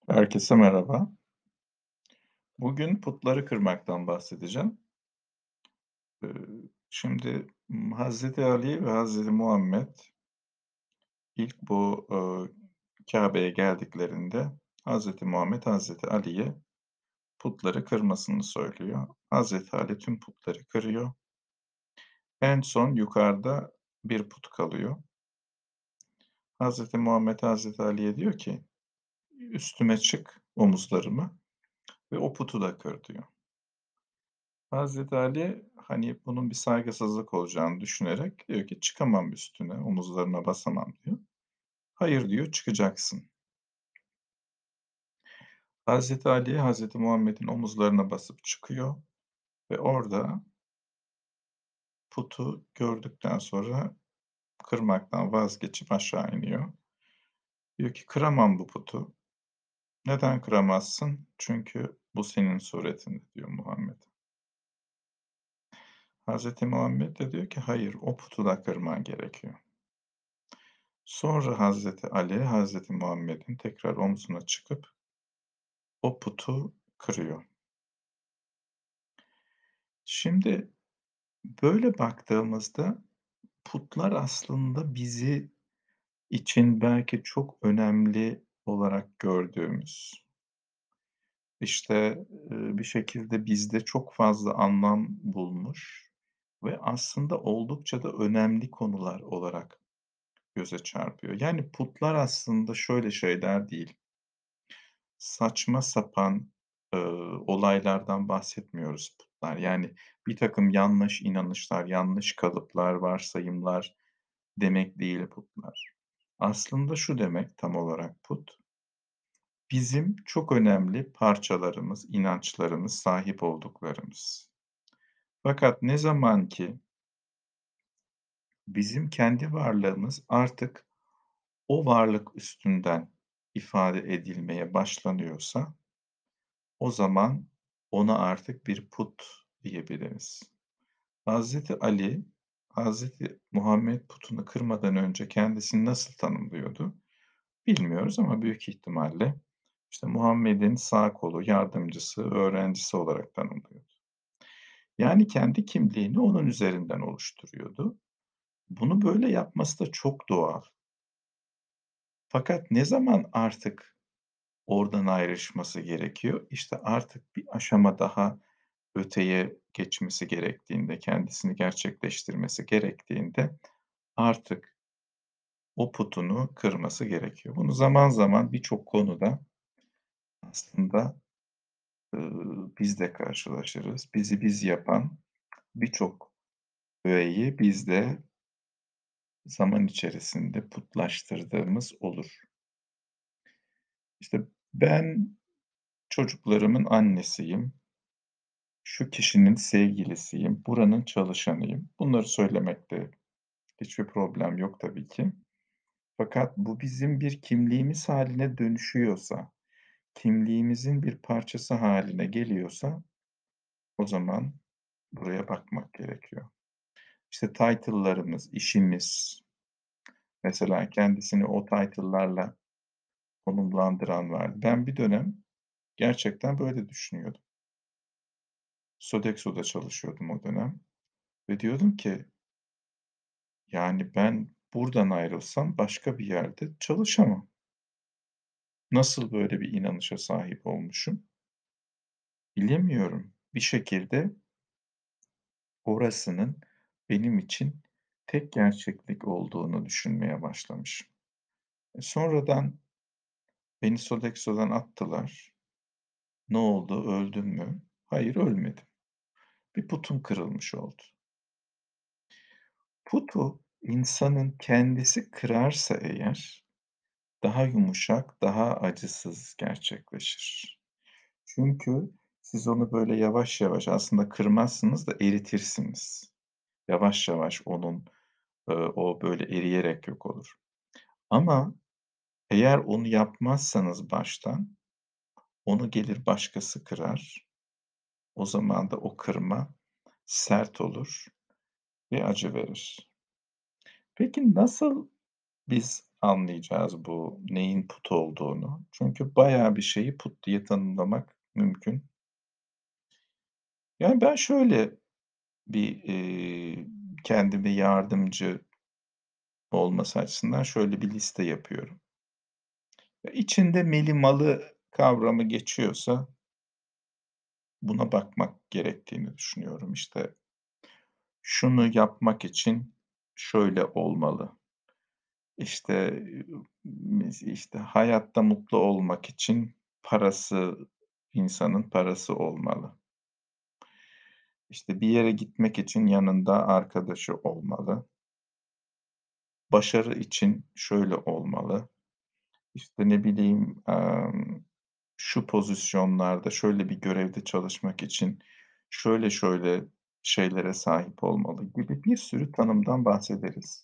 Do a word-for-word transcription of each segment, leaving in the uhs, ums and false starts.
Herkese merhaba. Bugün putları kırmaktan bahsedeceğim. Eee, şimdi, ımm, Hazreti Ali ve Hazreti Muhammed ilk bu, ııı, Kâbe'ye geldiklerinde Hazreti Muhammed Hazreti Ali'ye putları kırmasını söylüyor. Hazreti Ali tüm putları kırıyor. En son yukarıda bir put kalıyor. Hazreti Muhammed Hazreti Ali'ye diyor ki, "Üstüme çık, omuzlarıma ve o putu da kır." diyor. Hazreti Ali, hani, bunun bir saygısızlık olacağını düşünerek diyor ki, "Çıkamam üstüne, omuzlarına basamam." diyor. "Hayır." diyor, "Çıkacaksın." Hazreti Ali, Hazreti Muhammed'in omuzlarına basıp çıkıyor ve orada putu gördükten sonra kırmaktan vazgeçip aşağı iniyor. Diyor ki, "Kıramam bu putu." "Neden kıramazsın?" "Çünkü bu senin suretindi." diyor Muhammed. Hazreti Muhammed de diyor ki, "Hayır, o putu da kırman gerekiyor." Sonra Hazreti Ali, Hazreti Muhammed'in tekrar omzuna çıkıp o putu kırıyor. Şimdi böyle baktığımızda putlar aslında bizi için belki çok önemli olarak gördüğümüz, işte, eee, bir şekilde bizde çok fazla anlam bulmuş ve aslında oldukça da önemli konular olarak göze çarpıyor. Yani putlar aslında şöyle şeyler değil. Saçma sapan, ııı, olaylardan bahsetmiyoruz putlar. Yani birtakım yanlış inanışlar, yanlış kalıplar, varsayımlar demek değil putlar. Aslında şu demek tam olarak put, bizim çok önemli parçalarımız, inançlarımız, sahip olduklarımız. Fakat ne zaman ki bizim kendi varlığımız artık o varlık üstünden ifade edilmeye başlanıyorsa o zaman ona artık bir put diyebiliriz. Hazreti Ali, Hazreti Muhammed putunu kırmadan önce kendisini nasıl tanımlıyordu bilmiyoruz ama büyük ihtimalle, işte, Muhammed'in sağ kolu, yardımcısı, öğrencisi olarak tanımlıyordu. Yani kendi kimliğini onun üzerinden oluşturuyordu. Bunu böyle yapması da çok doğal. Fakat ne zaman artık oradan ayrışması gerekiyor? İşte, artık bir aşama daha öteye geçmesi gerektiğinde, kendisini gerçekleştirmesi gerektiğinde artık o putunu kırması gerekiyor. Bunu zaman zaman birçok konuda aslında, ııı, biz de karşılaşırız. Bizi biz yapan birçok öğeyi biz de zaman içerisinde putlaştırdığımız olur. İşte, ben çocuklarımın annesiyim, şu kişinin sevgilisiyim, buranın çalışanıyım. Bunları söylemekte hiçbir problem yok tabii ki. Fakat bu bizim bir kimliğimiz hâline dönüşüyorsa, kimliğimizin bir parçası hâline geliyorsa o zaman buraya bakmak gerekiyor. İşte title'larımız, işimiz, mesela kendisini o title'larla konumlandıran vardı. Ben bir dönem gerçekten böyle düşünüyordum. Sodexo'da çalışıyordum o dönem ve diyordum ki, yani ben buradan ayrılsam başka bir yerde çalışamam. Nasıl böyle bir inanışa sahip olmuşum? Bilemiyorum. Bir şekilde orasının benim için tek gerçeklik olduğunu düşünmeye başlamışım. E, sonradan beni Sodexo'dan attılar. Ne oldu, öldün mü? Hayır, ölmedim. Bir putum kırılmış oldu. Putu insanın kendisi kırarsa eğer daha yumuşak, daha acısız gerçekleşir. Çünkü siz onu böyle yavaş yavaş aslında kırmazsınız da eritirsiniz. Yavaş yavaş onun, ııı, o böyle eriyerek yok olur. Ama eğer onu yapmazsanız baştan, onu gelir başkası kırar. O zaman da o kırma sert olur ve acı verir. Peki nasıl biz anlayacağız bu neyin put olduğunu. Çünkü bayağı bir şeyi put diye tanımlamak mümkün. Yani, ben şöyle bir, eee, kendime yardımcı olması açısından şöyle bir liste yapıyorum. Ya, içinde meli malı kavramı geçiyorsa buna bakmak gerektiğini düşünüyorum. İşte, şunu yapmak için şöyle olmalı. İşte, mes işte, hayatta mutlu olmak için parası, insanın parası olmalı. İşte, bir yere gitmek için yanında arkadaşı olmalı. Başarı için şöyle olmalı. İşte, ne bileyim, emm, şu pozisyonlarda, şöyle bir görevde çalışmak için şöyle şöyle şeylere sahip olmalı gibi bir sürü tanımdan bahsederiz.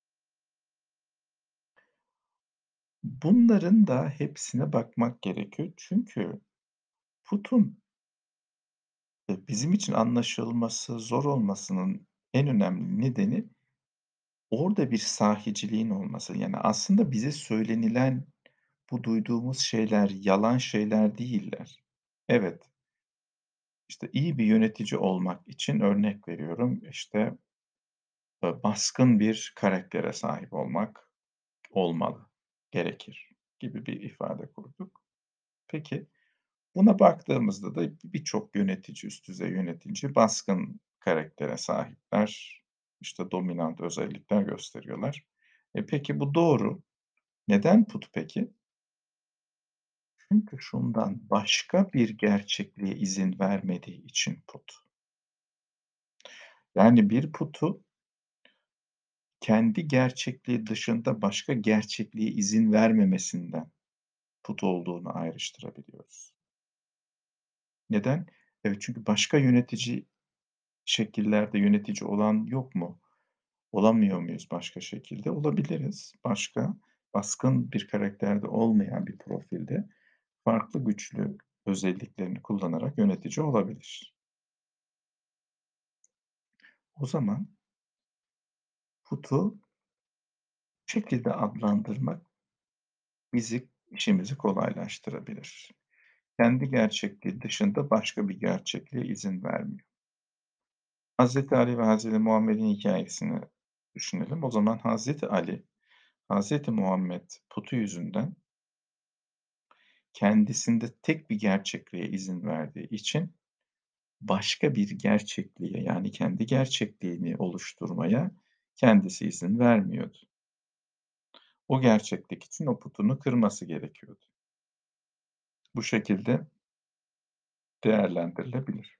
Bunların da hepsine bakmak gerekiyor. Çünkü putun, eee, bizim için anlaşılması zor olmasının en önemli nedeni orada bir sahiciliğin olması. Yani, aslında bize söylenilen bu duyduğumuz şeyler yalan şeyler değiller. Evet, işte, iyi bir yönetici olmak için örnek veriyorum, işte, eee, baskın bir karaktere sahip olmak olmalı, gerekir gibi bir ifade kurduk. Peki, buna baktığımızda da birçok yönetici, üst düzey yönetici baskın karaktere sahipler. İşte, dominant özellikler gösteriyorlar. E, peki bu doğru. Neden put peki? Çünkü şundan, başka bir gerçekliğe izin vermediği için put. Yani bir putu kendi gerçekliği dışında başka gerçekliğe izin vermemesinden put olduğunu ayrıştırabiliyoruz. Neden? Evet, çünkü başka yönetici şekillerde yönetici olan yok mu? Olamıyor muyuz başka şekilde? Olabiliriz. Başka, baskın bir karakterde olmayan bir profilde farklı güçlü özelliklerini kullanarak yönetici olabilir. O zaman putu bu şekilde adlandırmak bizi işimizi kolaylaştırabilir. Kendi gerçekliği dışında başka bir gerçekliğe izin vermiyor. Hazreti Ali ve Hazreti Muhammed'in hikâyesini düşünelim. O zaman Hazreti Ali, Hazreti Muhammed putu yüzünden kendisinde tek bir gerçekliğe izin verdiği için başka bir gerçekliğe, yani kendi gerçekliğini oluşturmaya kendisi izin vermiyordu. O gerçeklik için o putunu kırması gerekiyordu. Bu şekilde değerlendirilebilir.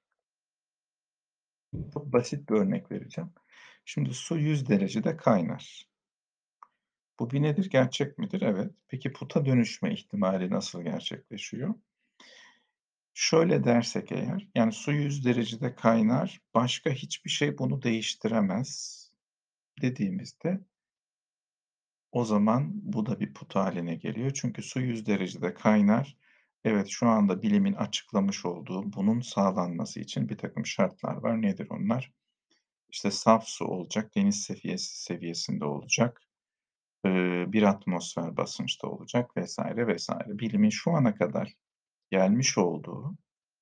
Çok basit bir örnek vereceğim. Şimdi su yüz derecede kaynar. Bu bir nedir? Gerçek midir? Evet. Peki puta dönüşme ihtimali nasıl gerçekleşiyor? Şöyle dersek eğer, yani su yüz derecede kaynar, başka hiçbir şey bunu değiştiremez dediğimizde o zaman bu da bir put hâline geliyor. Çünkü su yüz derecede kaynar. Evet, şu anda bilimin açıklamış olduğu bunun sağlanması için birtakım şartlar var. Nedir onlar? İşte saf su olacak, deniz seviyesi seviyesinde olacak, eee, bir atmosfer basınçta olacak vesaire vesaire. Bilimin şu ana kadar gelmiş olduğu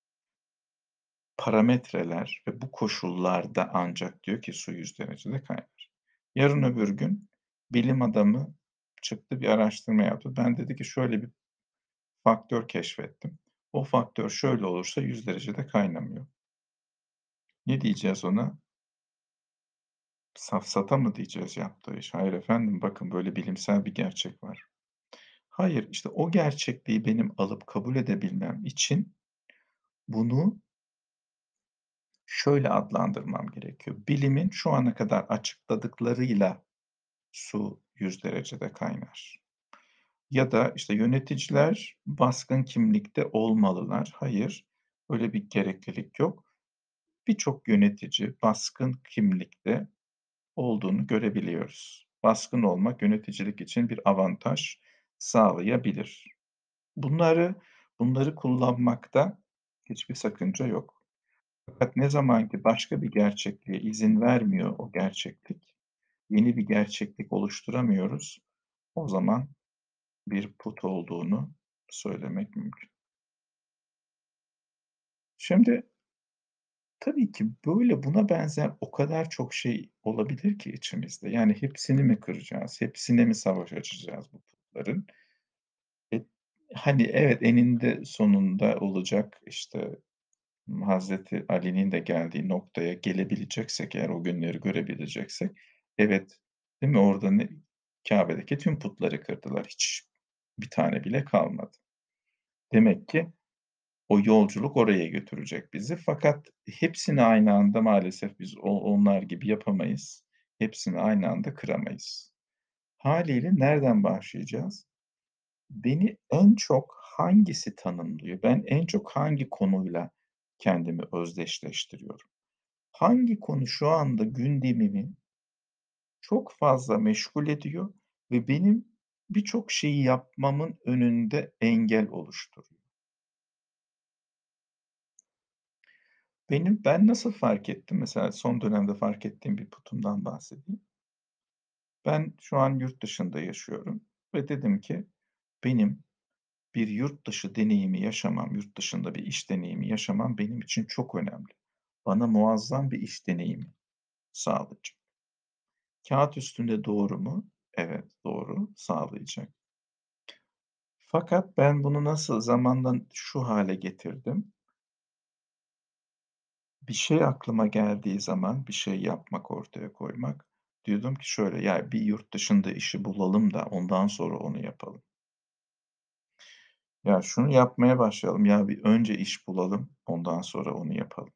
parametreler ve bu koşullarda ancak diyor ki su yüz derecede kaynar. Yarın öbür gün bilim adamı çıktı, bir araştırma yaptı. Ben dedi ki şöyle bir faktör keşfettim. O faktör şöyle olursa yüz derecede kaynamıyor. Ne diyeceğiz ona? Safsata mı diyeceğiz yaptığı iş? Hayır efendim, bakın böyle bilimsel bir gerçek var. Hayır, işte o gerçekliği benim alıp kabul edebilmem için bunu şöyle adlandırmam gerekiyor. Bilimin şu ana kadar açıkladıklarıyla su yüz derecede kaynar. Ya da, işte, yöneticiler baskın kimlikte olmalılar. Hayır, öyle bir gereklilik yok. Birçok yönetici baskın kimlikte olduğunu görebiliyoruz. Baskın olmak yöneticilik için bir avantaj sağlayabilir. Bunları bunları kullanmakta hiçbir sakınca yok. Fakat ne zaman ki başka bir gerçekliğe izin vermiyor o gerçeklik, yeni bir gerçeklik oluşturamıyoruz. o zaman bir put olduğunu söylemek mümkün. Şimdi tabii ki böyle buna benzer o kadar çok şey olabilir ki içimizde. Yani hepsini mi kıracağız? Hepsine mi savaş açacağız bu putların? E, hani evet eninde sonunda olacak, işte, ımm, Hazreti Ali'nin de geldiği noktaya gelebileceksek eğer o günleri görebileceksek evet, değil mi? Orada ne Kâbe'deki tüm putları kırdılar. Hiç bir tane bile kalmadı. Demek ki o yolculuk oraya götürecek bizi. Fakat hepsini aynı anda maalesef biz o onlar gibi yapamayız. Hepsini aynı anda kıramayız. Hâliyle nereden başlayacağız? Beni en çok hangisi tanımlıyor? Ben en çok hangi konuyla kendimi özdeşleştiriyorum? Hangi konu şu anda gündemimi çok fazla meşgul ediyor ve benim birçok şeyi yapmamın önünde engel oluşturuyor? Benim ben nasıl fark ettim? Mesela son dönemde fark ettiğim bir putumdan bahsedeyim. Ben şu an yurt dışında yaşıyorum ve dedim ki benim bir yurt dışı deneyimi yaşamam, yurt dışında bir iş deneyimi yaşamam benim için çok önemli. Bana muazzam bir iş deneyimi sağlayacak. Kâğıt üstünde doğru mu? Evet, doğru, sağlayacak. Fakat ben bunu nasıl zamanla şu hâle getirdim. Bir şey aklıma geldiği zaman, bir şey yapmak, ortaya koymak, diyordum ki şöyle, ya bir yurt dışında işi bulalım da ondan sonra onu yapalım. Ya şunu yapmaya başlayalım, ya bir önce iş bulalım, ondan sonra onu yapalım.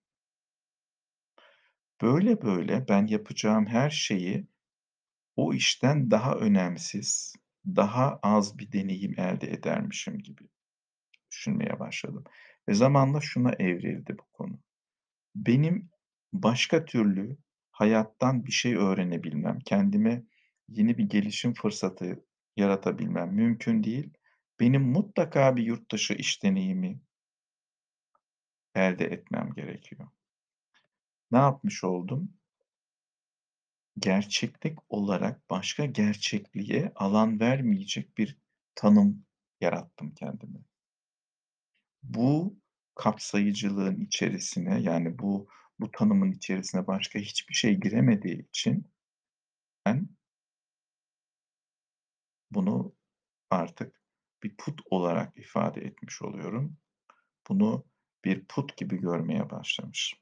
Böyle böyle ben yapacağım her şeyi o işten daha önemsiz, daha az bir deneyim elde edermişim gibi düşünmeye başladım ve zamanla şuna evrildi bu konu. Benim başka türlü hayattan bir şey öğrenebilmem, kendime yeni bir gelişim fırsatı yaratabilmem mümkün değil. Benim mutlaka bir yurt dışı iş deneyimi elde etmem gerekiyor. Ne yapmış oldum? Gerçeklik olarak başka gerçekliğe alan vermeyecek bir tanım yarattım kendime. Bu kapsayıcılığın içerisine, yani bu bu tanımın içerisine başka hiçbir şey giremediği için ben bunu artık bir put olarak ifade etmiş oluyorum. Bunu bir put gibi görmeye başlamışım.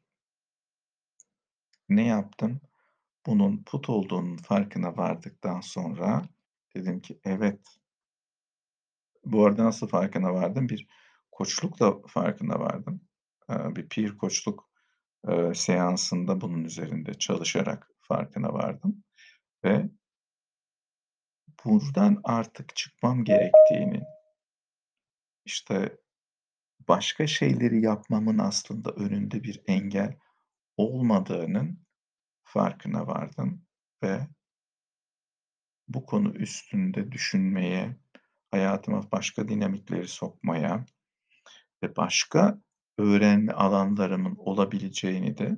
Ne yaptım? Bunun put olduğunun farkına vardıktan sonra dedim ki evet. Bu arada nasıl farkına vardım? Bir koçlukla farkına vardım. Eee, bir peer koçluk, eee, seansında bunun üzerinde çalışarak farkına vardım ve buradan artık çıkmam gerektiğini, işte, başka şeyleri yapmamın aslında önünde bir engel olmadığının farkına vardım ve bu konu üstünde düşünmeye, hayatıma başka dinamikleri sokmaya ve başka öğrenme alanlarımın olabileceğini de,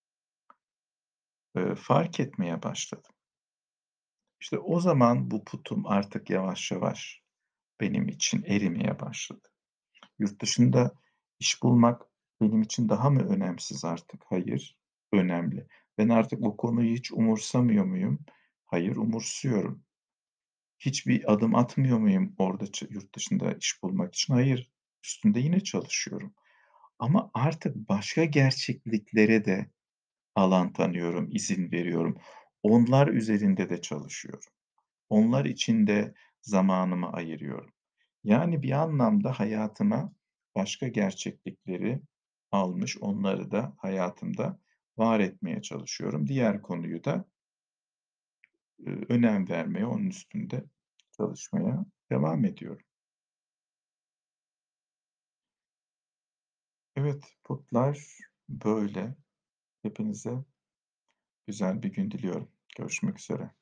eee, fark etmeye başladım. İşte o zaman bu putum artık yavaş yavaş benim için erimeye başladı. Yurt dışında iş bulmak benim için daha mı önemsiz artık? Hayır, önemli. Ben artık bu konuyu hiç umursamıyor muyum? Hayır, umursuyorum. Hiçbir adım atmıyor muyum orada çı yurt dışında iş bulmak için? Hayır, üstünde yine çalışıyorum ama artık başka gerçekliklere de alan tanıyorum, izin veriyorum. Onlar üzerinde de çalışıyorum. Onlar için de zamanımı ayırıyorum. Yani bir anlamda hayatıma başka gerçeklikleri almış, onları da hayatımda var etmeye çalışıyorum. Diğer konuyu da, ııı, önem vermeye, onun üstünde çalışmaya devam ediyorum. Evet, putlar böyle. Hepinize güzel bir gün diliyorum. Görüşmek üzere.